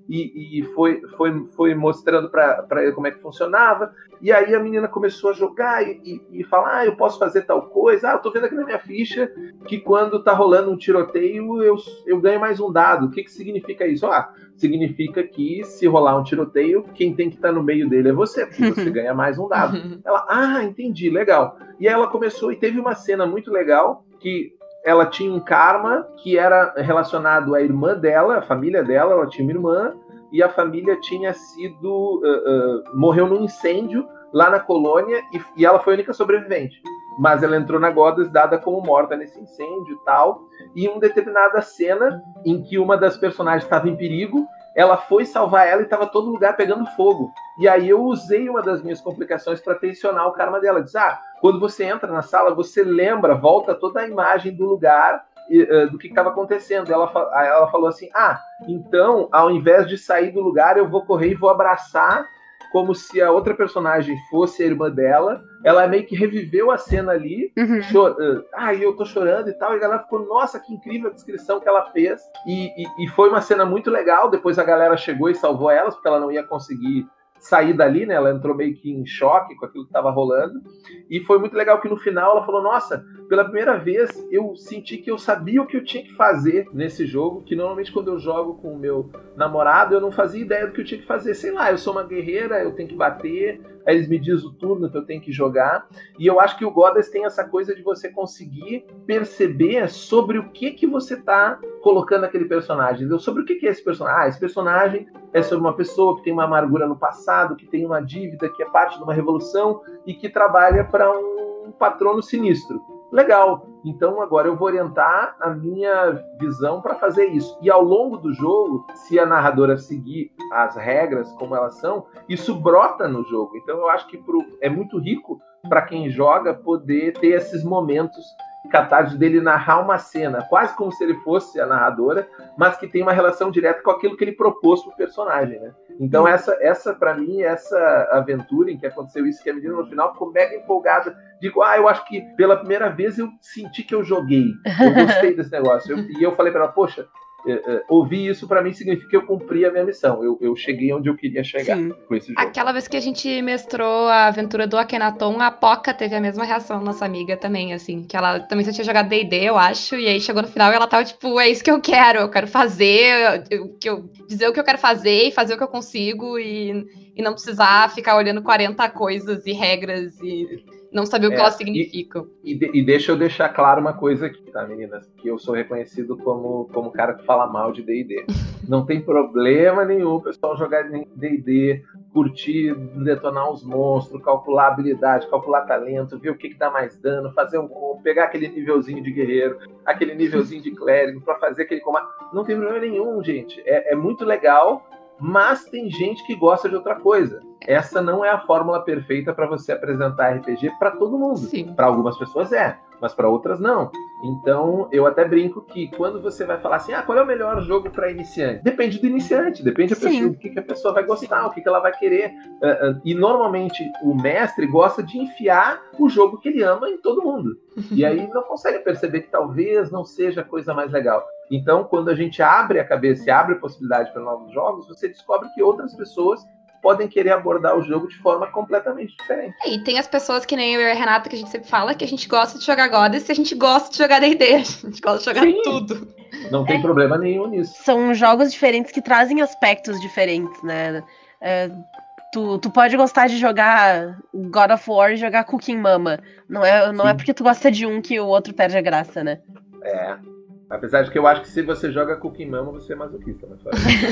e, e foi, foi, foi mostrando pra, pra ele como é que funcionava. E aí a menina começou a jogar e, e, e falar, ah, eu posso fazer tal coisa. Ah, eu tô vendo aqui na minha ficha que quando tá rolando um tiroteio, eu, eu ganho mais um dado. O que que significa isso? Ah, significa que se rolar um tiroteio, quem tem que estar no meio dele é você, porque você ganha mais um dado. Ela, ah, entendi, legal. E aí ela começou e teve uma cena muito legal que ela tinha um karma que era relacionado à irmã dela, a família dela, ela tinha uma irmã, e a família tinha sido... Uh, uh, morreu num incêndio lá na colônia, e, e ela foi a única sobrevivente. Mas ela entrou na Goddess dada como morta nesse incêndio e tal, e em uma determinada cena em que uma das personagens estava em perigo, ela foi salvar ela e estava todo lugar pegando fogo. E aí eu usei uma das minhas complicações para tensionar o karma dela. Diz, ah, quando você entra na sala, você lembra, volta toda a imagem do lugar, uh, do que estava acontecendo. Ela, ela falou assim, ah, então, ao invés de sair do lugar, eu vou correr e vou abraçar como se a outra personagem fosse a irmã dela. Ela meio que reviveu a cena ali. Uhum. Chor... Ah, eu tô chorando e tal. E a galera ficou, nossa, que incrível a descrição que ela fez. E, e, e foi uma cena muito legal. Depois a galera chegou e salvou elas, porque ela não ia conseguir sair dali, né? Ela entrou meio que em choque com aquilo que estava rolando. E foi muito legal que no final ela falou, nossa, pela primeira vez eu senti que eu sabia o que eu tinha que fazer nesse jogo, que normalmente quando eu jogo com o meu namorado eu não fazia ideia do que eu tinha que fazer. Sei lá, eu sou uma guerreira, eu tenho que bater, aí eles me dizem o turno que eu tenho que jogar. E eu acho que o Goddess tem essa coisa de você conseguir perceber sobre o que que você tá colocando aquele personagem, entendeu? Sobre o que que é esse personagem. Ah, esse personagem é sobre uma pessoa que tem uma amargura no passado, que tem uma dívida, que é parte de uma revolução e que trabalha para um patrono sinistro. Legal, então agora eu vou orientar a minha visão para fazer isso. E ao longo do jogo, se a narradora seguir as regras como elas são, isso brota no jogo. Então eu acho que pro, é muito rico para quem joga poder ter esses momentos capazes dele narrar uma cena, quase como se ele fosse a narradora, mas que tem uma relação direta com aquilo que ele propôs pro personagem, né? Então essa, essa para mim, essa aventura em que aconteceu isso, que a menina no final ficou mega empolgada. Digo, ah, eu acho que pela primeira vez eu senti que eu joguei. Eu gostei desse negócio. Eu, e eu falei para ela, poxa, é, é, ouvir isso pra mim significa que eu cumpri a minha missão. Eu, eu cheguei onde eu queria chegar. Sim. Com esse jogo. Aquela vez que a gente mestrou a aventura do Akhenaton, a Poca teve a mesma reação, nossa amiga também, assim. Que ela também só tinha jogado D e D, eu acho. E aí chegou no final e ela tava tipo, é isso que eu quero. Eu quero fazer, eu, eu, dizer o que eu quero fazer e fazer o que eu consigo. E, e não precisar ficar olhando quarenta coisas e regras e não saber o que é, elas significam. E, e, de, e deixa eu deixar claro uma coisa aqui, tá, meninas? Que eu sou reconhecido como, como cara que fala mal de D e D. Não tem problema nenhum o pessoal jogar D e D, curtir, detonar os monstros, calcular habilidade, calcular talento, ver o que, que dá mais dano, fazer um pegar aquele nívelzinho de guerreiro, aquele nívelzinho de clérigo, pra fazer aquele combate. Não tem problema nenhum, gente. É, é muito legal, mas tem gente que gosta de outra coisa. Essa não é a fórmula perfeita para você apresentar R P G para todo mundo. Para algumas pessoas é, mas para outras não. Então, eu até brinco que quando você vai falar assim, ah, qual é o melhor jogo para iniciante? Depende do iniciante, depende da pessoa, do que, que a pessoa vai gostar, Sim. o que, que ela vai querer. Uh, uh, e normalmente o mestre gosta de enfiar o jogo que ele ama em todo mundo. E aí não consegue perceber que talvez não seja a coisa mais legal. Então, quando a gente abre a cabeça e abre a possibilidade para novos jogos, você descobre que outras pessoas podem querer abordar o jogo de forma completamente diferente. E tem as pessoas que nem eu e a Renata, que a gente sempre fala, que a gente gosta de jogar Goddess e a gente gosta de jogar D e D. A gente gosta de jogar Sim. tudo. Não tem é. problema nenhum nisso. São jogos diferentes que trazem aspectos diferentes, né? É, tu, tu pode gostar de jogar God of War e jogar Cooking Mama. Não é, não é porque tu gosta de um que o outro perde a graça, né? É. Apesar de que eu acho que se você joga Cooking Mama, você é masoquista, mas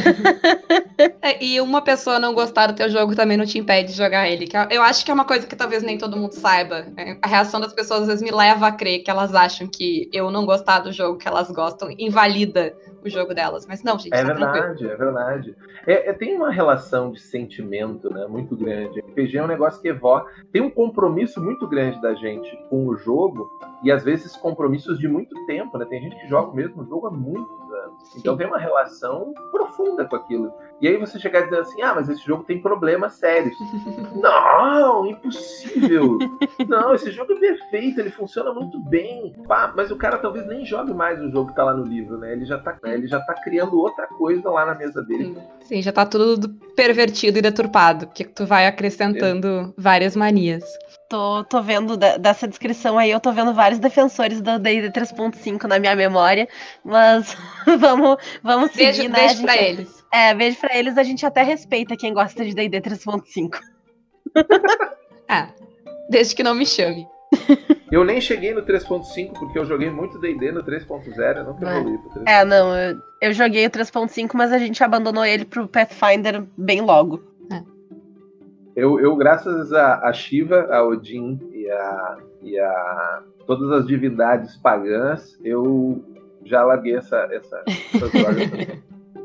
é, e uma pessoa não gostar do teu jogo também não te impede de jogar ele. Que eu acho que é uma coisa que talvez nem todo mundo saiba. A reação das pessoas às vezes me leva a crer que elas acham que eu não gostar do jogo que elas gostam invalida o jogo delas. Mas não, gente, é tá verdade, tranquilo. É verdade, é, é, tem uma relação de sentimento, né, muito grande. R P G é um negócio que evoca. Tem um compromisso muito grande da gente com o jogo, e às vezes compromissos de muito tempo, né? Tem gente que joga o mesmo jogo há muitos anos. Então tem uma relação profunda com aquilo. E aí você chegar dizendo assim, ah, mas esse jogo tem problemas sérios. Não, impossível. Não, esse jogo é perfeito, ele funciona muito bem. Pá, mas o cara talvez nem jogue mais o jogo que tá lá no livro, né? Ele já tá, né? Ele já tá criando outra coisa lá na mesa dele. Sim, já tá tudo pervertido e deturpado, porque tu vai acrescentando é. várias manias. Tô, tô vendo da, dessa descrição aí, eu tô vendo vários defensores do D e D três ponto cinco na minha memória, mas vamos, vamos seguir, beijo, né? Beijo gente, pra eles. É, beijo pra eles, a gente até respeita quem gosta de D e D três ponto cinco. Ah, desde que não me chame. Eu nem cheguei no três ponto cinco, porque eu joguei muito D e D no três ponto zero, eu nunca evoluí pro três ponto cinco. É, não, eu, eu joguei o três ponto cinco, mas a gente abandonou ele pro Pathfinder bem logo. É. Eu, eu, graças a, a Shiva, a Odin e a, e a todas as divindades pagãs, eu já larguei essa, essa, essas drogas.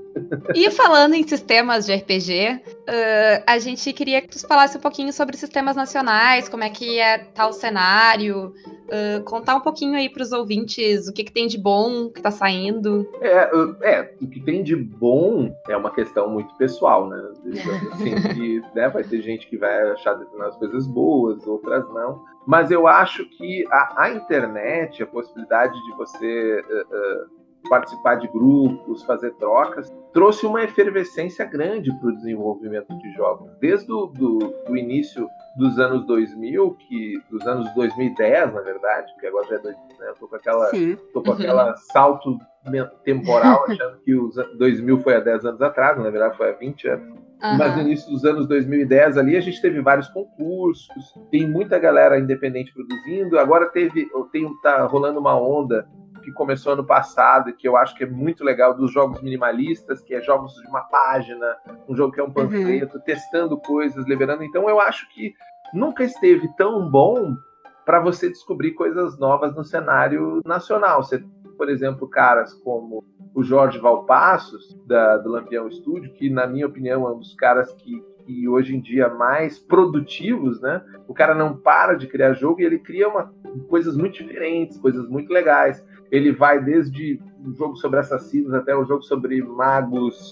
E falando em sistemas de R P G, uh, a gente queria que tu falasse um pouquinho sobre sistemas nacionais, como é que é tá o cenário, uh, contar um pouquinho aí pros ouvintes o que, que tem de bom que tá saindo. É, é, o que tem de bom é uma questão muito pessoal, né? Assim, que, né, vai ter gente que vai achar determinadas coisas boas, outras não. Mas eu acho que a, a internet, a possibilidade de você uh, uh, participar de grupos, fazer trocas, trouxe uma efervescência grande para o desenvolvimento de jogos. Desde o do, do início dos anos dois mil, que, dos anos dois mil e dez, na verdade, porque agora já é dois mil, né? Eu tô com aquela, tô com aquela salto temporal, achando que os dois mil foi há dez anos atrás, na verdade foi há vinte anos. Uhum. Mas no início dos anos dois mil e dez ali a gente teve vários concursos, tem muita galera independente produzindo, agora teve, tem, tá rolando uma onda que começou ano passado e que eu acho que é muito legal, dos jogos minimalistas, que é jogos de uma página, um jogo que é um panfleto, uhum. testando coisas, liberando. Então eu acho que nunca esteve tão bom para você descobrir coisas novas no cenário nacional. Você, por exemplo, caras como o Jorge Valpassos, da, do Lampião Studio, que na minha opinião é um dos caras que, que hoje em dia mais produtivos, né? O cara não para de criar jogo e ele cria uma, coisas muito diferentes, coisas muito legais. Ele vai desde um jogo sobre assassinos até um jogo sobre magos,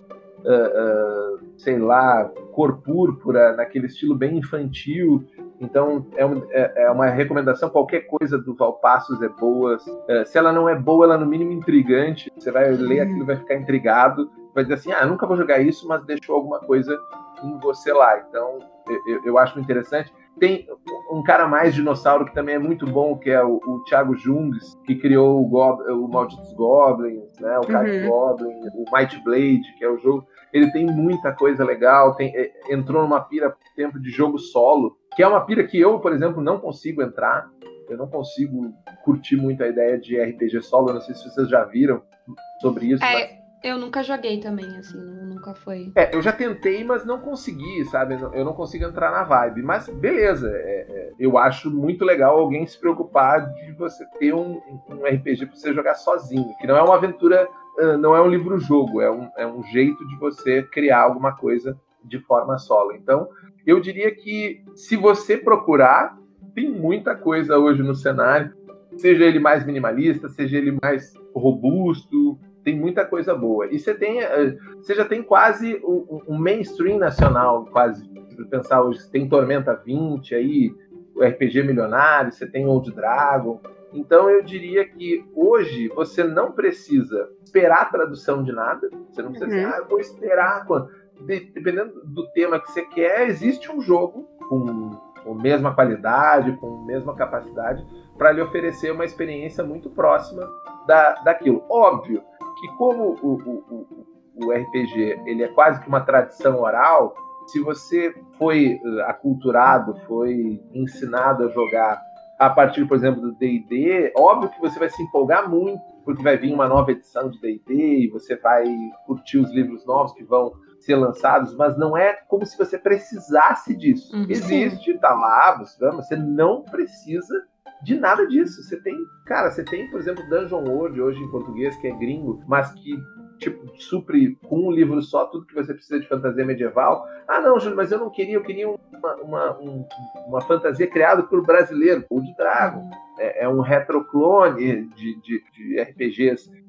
uh, uh, sei lá, cor púrpura, naquele estilo bem infantil. Então é, um, é, é uma recomendação, qualquer coisa do Valpassos é boa. Uh, se ela não é boa, ela é no mínimo intrigante. Você vai ler aquilo e vai ficar intrigado. Vai dizer assim, ah, eu nunca vou jogar isso, mas deixou alguma coisa em você lá. Então eu, eu acho interessante. Tem um cara mais dinossauro que também é muito bom, que é o, o Thiago Jungs, que criou o, Gob, o Malditos Goblins, né? O Card uhum. Goblin, o Might Blade, que é o jogo. Ele tem muita coisa legal, tem, entrou numa pira tempo de jogo solo, que é uma pira que eu, por exemplo, não consigo entrar. Eu não consigo curtir muito a ideia de R P G solo. Eu não sei se vocês já viram sobre isso. É, mas... eu nunca joguei também, assim, nunca foi... É, eu já tentei, mas não consegui, sabe? Eu não consigo entrar na vibe. Mas, beleza, é, é, eu acho muito legal alguém se preocupar de você ter um, um R P G pra você jogar sozinho, que não é uma aventura, não é um livro-jogo, é um, é um jeito de você criar alguma coisa de forma solo. Então, eu diria que se você procurar, tem muita coisa hoje no cenário, seja ele mais minimalista, seja ele mais robusto, tem muita coisa boa. E você tem, você já tem quase um, um mainstream nacional, quase. Se pensar hoje, tem Tormenta vinte aí, o R P G Milionário, você tem Old Dragon. Então eu diria que hoje você não precisa esperar a tradução de nada. Você não precisa uhum. dizer, ah, eu vou esperar. Quando... Dependendo do tema que você quer, existe um jogo com a mesma qualidade, com a mesma capacidade, para lhe oferecer uma experiência muito próxima da, daquilo. Óbvio que como o, o, o, o R P G ele é quase que uma tradição oral, se você foi aculturado, foi ensinado a jogar a partir, por exemplo, do D e D, óbvio que você vai se empolgar muito, porque vai vir uma nova edição de D e D e você vai curtir os livros novos que vão ser lançados, mas não é como se você precisasse disso. Uhum. Existe, tá lá, você, você não precisa de nada disso. Você tem, cara, você tem, por exemplo, Dungeon World, hoje em português, que é gringo, mas que, tipo, supre com um livro só tudo que você precisa de fantasia medieval. Ah, não, Júlio, mas eu não queria, eu queria uma, uma, um, uma fantasia criada por brasileiro, ou de Dragon. É, é um retroclone de, de, de R P Gs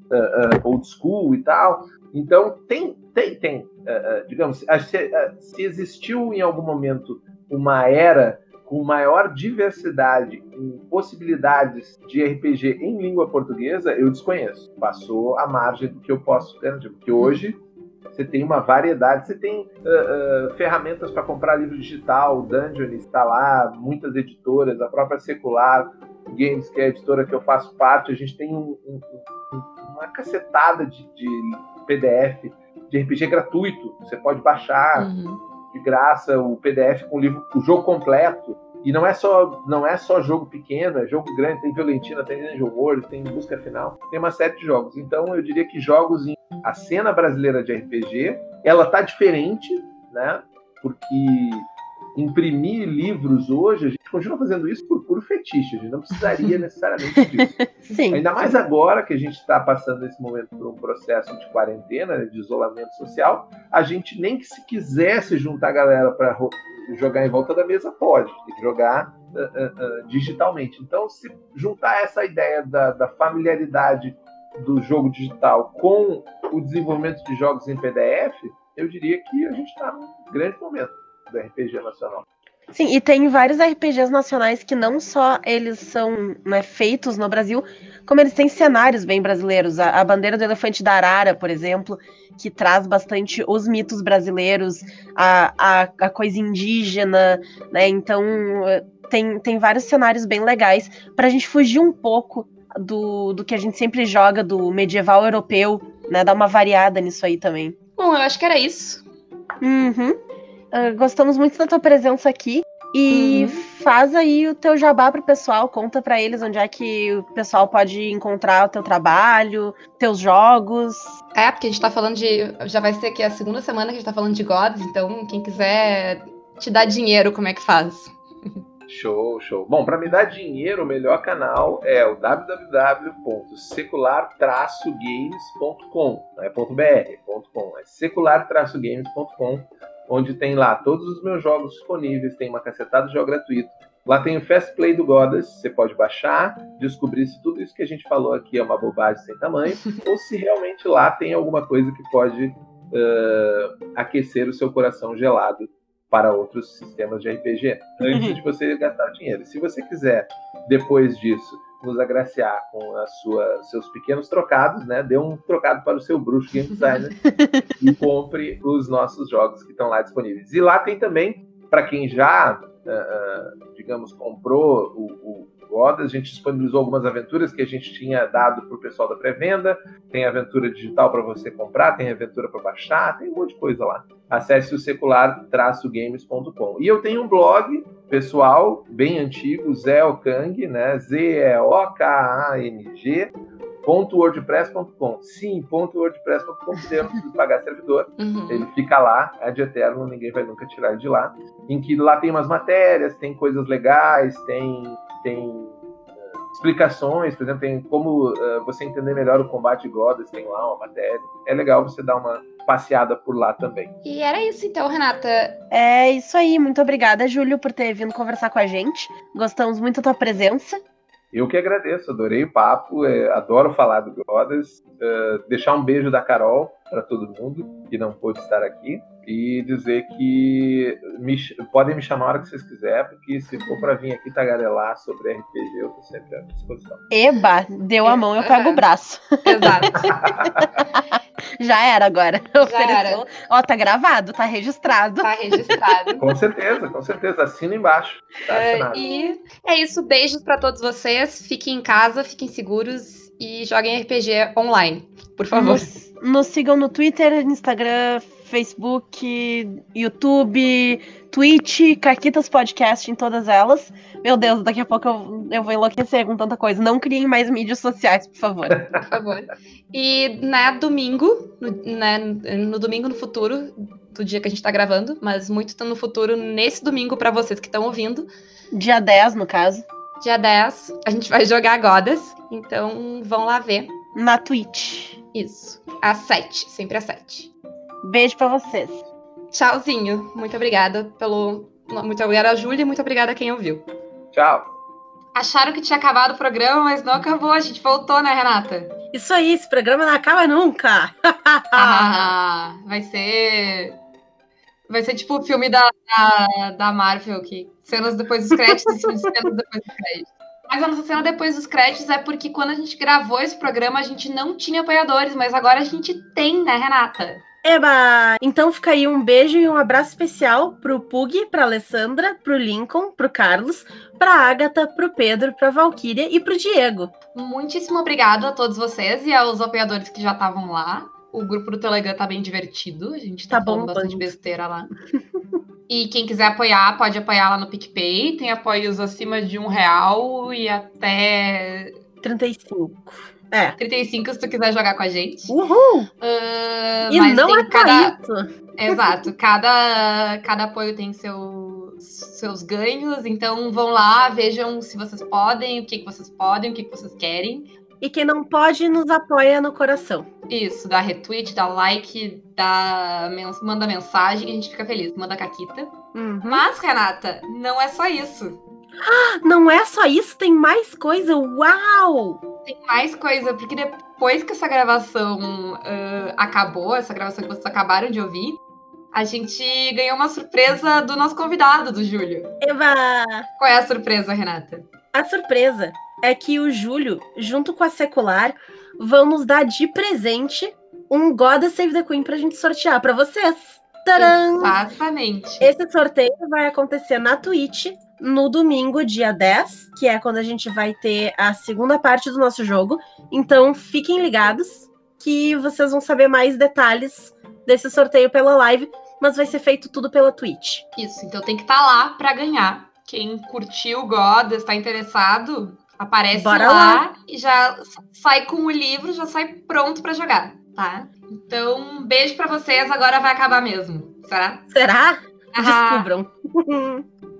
uh, uh, old school e tal. Então, tem, tem, tem uh, uh, digamos, se, uh, se existiu em algum momento uma era com maior diversidade em possibilidades de R P G em língua portuguesa, eu desconheço. Passou a margem do que eu posso garantir. Porque hoje você tem uma variedade, você tem uh, uh, ferramentas para comprar livro digital, o Dungeon está lá, muitas editoras, a própria Secular Games, que é a editora que eu faço parte, a gente tem um, um, um, uma cacetada de, de P D F de R P G gratuito. Você pode baixar uhum. de graça o P D F com o livro, o jogo completo. E não é só, não é só jogo pequeno, é jogo grande, tem Violentina, tem Dungeon World, tem Busca Final, tem uma série de jogos. Então eu diria que jogos em a cena brasileira de R P G, ela tá diferente, né? Porque imprimir livros hoje, a gente continua fazendo isso por puro fetiche, a gente não precisaria necessariamente disso. Sim. Ainda mais agora que a gente está passando nesse momento por um processo de quarentena, de isolamento social, a gente nem que se quisesse juntar a galera para jogar em volta da mesa, pode, tem que jogar uh, uh, uh, digitalmente. Então, se juntar essa ideia da, da familiaridade do jogo digital com o desenvolvimento de jogos em P D F, eu diria que a gente está num grande momento do R P G nacional. Sim, e tem vários R P Gs nacionais que não só eles são, né, feitos no Brasil, como eles têm cenários bem brasileiros. A, a Bandeira do Elefante da Arara, por exemplo, que traz bastante os mitos brasileiros, a, a, a coisa indígena, né? Então tem, tem vários cenários bem legais pra gente fugir um pouco do, do que a gente sempre joga, do medieval europeu, né? Dar uma variada nisso aí também. Bom, eu acho que era isso. Uhum. Uh, gostamos muito da tua presença aqui. E uhum. faz aí o teu jabá pro pessoal, conta pra eles onde é que o pessoal pode encontrar o teu trabalho, teus jogos. É, porque a gente tá falando de... Já vai ser aqui a segunda semana que a gente tá falando de Gods, então quem quiser te dar dinheiro, como é que faz? Show, show. Bom, para me dar dinheiro, o melhor canal é o w w w ponto secular traço games ponto com. Não é .br, ponto .com, é secular traço games ponto com, onde tem lá todos os meus jogos disponíveis, tem uma cacetada de jogo gratuito. Lá tem o Fast Play do Godas, você pode baixar, descobrir se tudo isso que a gente falou aqui é uma bobagem sem tamanho, ou se realmente lá tem alguma coisa que pode uh, aquecer o seu coração gelado para outros sistemas de R P G, antes de você gastar dinheiro. Se você quiser, depois disso, nos agraciar com a sua, seus pequenos trocados, né? Dê um trocado para o seu bruxo game designer e compre os nossos jogos que estão lá disponíveis. E lá tem também, para quem já, uh, digamos, comprou o, o Godas, a gente disponibilizou algumas aventuras que a gente tinha dado para o pessoal da pré-venda. Tem aventura digital para você comprar, tem aventura para baixar, tem um monte de coisa lá. Acesse o secular traço games ponto com. E eu tenho um blog pessoal, bem antigo, Zé Okang, né? Z E O K A N G, ponto wordpress ponto com. Sim, ponto wordpress ponto com, porque eu não preciso pagar servidor. Uhum. Ele fica lá, é de eterno, ninguém vai nunca tirar ele de lá. Em que lá tem umas matérias, tem coisas legais, tem... tem uh, explicações, por exemplo, tem como uh, você entender melhor o combate de Godas, tem lá uma matéria. É legal você dar uma passeada por lá também. E era isso então, Renata. É isso aí, muito obrigada, Júlio, por ter vindo conversar com a gente. Gostamos muito da tua presença. Eu que agradeço, adorei o papo, é, adoro falar do Godas. Uh, deixar um beijo da Carol para todo mundo que não pôde estar aqui e dizer que me, podem me chamar a hora que vocês quiserem, porque se for para vir aqui tagarelar sobre R P G, eu estou sempre à disposição. Eba, deu a mão, eu pego o braço. Exato. Já era agora. Já era. Ó, tá gravado, tá registrado. Tá registrado. Com certeza, com certeza. Assina embaixo. Tá é, e é isso, beijos para todos vocês. Fiquem em casa, fiquem seguros e joguem R P G online, por favor. Nos, nos sigam no Twitter, Instagram, Facebook, YouTube, Twitch, Caquitas Podcast, em todas elas. Meu Deus, daqui a pouco eu, eu vou enlouquecer com tanta coisa. Não criem mais mídias sociais, por favor. Por favor. E, né, domingo, no, né, no domingo no futuro, do dia que a gente tá gravando, mas muito no futuro, nesse domingo pra vocês que estão ouvindo. Dia dez, no caso. Dia dez, a gente vai jogar Godas, então vão lá ver. Na Twitch. Isso, às sete, sempre às sete. Beijo pra vocês. Tchauzinho, muito obrigada pelo... Muito obrigada a Júlia e muito obrigada a quem ouviu. Tchau. Acharam que tinha acabado o programa, mas não acabou, a gente voltou, né, Renata? Isso aí, esse programa não acaba nunca. Ah, vai ser... Vai ser tipo o filme da, da, da Marvel, que cenas depois dos créditos e cenas depois dos créditos. Mas a nossa cena depois dos créditos é porque quando a gente gravou esse programa, a gente não tinha apoiadores, mas agora a gente tem, né, Renata? Eba! Então fica aí um beijo e um abraço especial pro Pug, pra Alessandra, pro Lincoln, pro Carlos, pra Agatha, pro Pedro, pra Valkyria e pro Diego. Muitíssimo obrigado a todos vocês e aos apoiadores que já estavam lá. O grupo do Telegram tá bem divertido, a gente tá, Tá falando bom, bastante bom. besteira lá. E quem quiser apoiar, pode apoiar lá no PicPay. Tem apoios acima de um real e até trinta e cinco. É. trinta e cinco se tu quiser jogar com a gente. Uhul! Uh, E mas não tem é cada... só isso. Exato. Cada, cada apoio tem seu, seus ganhos. Então vão lá, vejam se vocês podem, o que, que vocês podem, o que, que vocês querem. E quem não pode, nos apoia no coração. Isso, dá retweet, dá like, dá, manda mensagem, que a gente fica feliz. Manda caquita. Uhum. Mas, Renata, não é só isso. Não é só isso, tem mais coisa. Uau! Tem mais coisa, porque depois que essa gravação uh, acabou, essa gravação que vocês acabaram de ouvir, a gente ganhou uma surpresa do nosso convidado, do Júlio. Eva! Qual é a surpresa, Renata? A surpresa é que o Júlio, junto com a Secular, vão nos dar de presente um God Save the Queen pra gente sortear pra vocês. Tcharam! Exatamente. Esse sorteio vai acontecer na Twitch no domingo, dia dez, que é quando a gente vai ter a segunda parte do nosso jogo. Então, fiquem ligados que vocês vão saber mais detalhes desse sorteio pela live, mas vai ser feito tudo pela Twitch. Isso, então tem que estar lá pra ganhar. Quem curtiu o God, está interessado, aparece Bora lá, lá e já sai com o livro, já sai pronto pra jogar, tá? Então, um beijo pra vocês, agora vai acabar mesmo, será? Será? Ah. Descubram.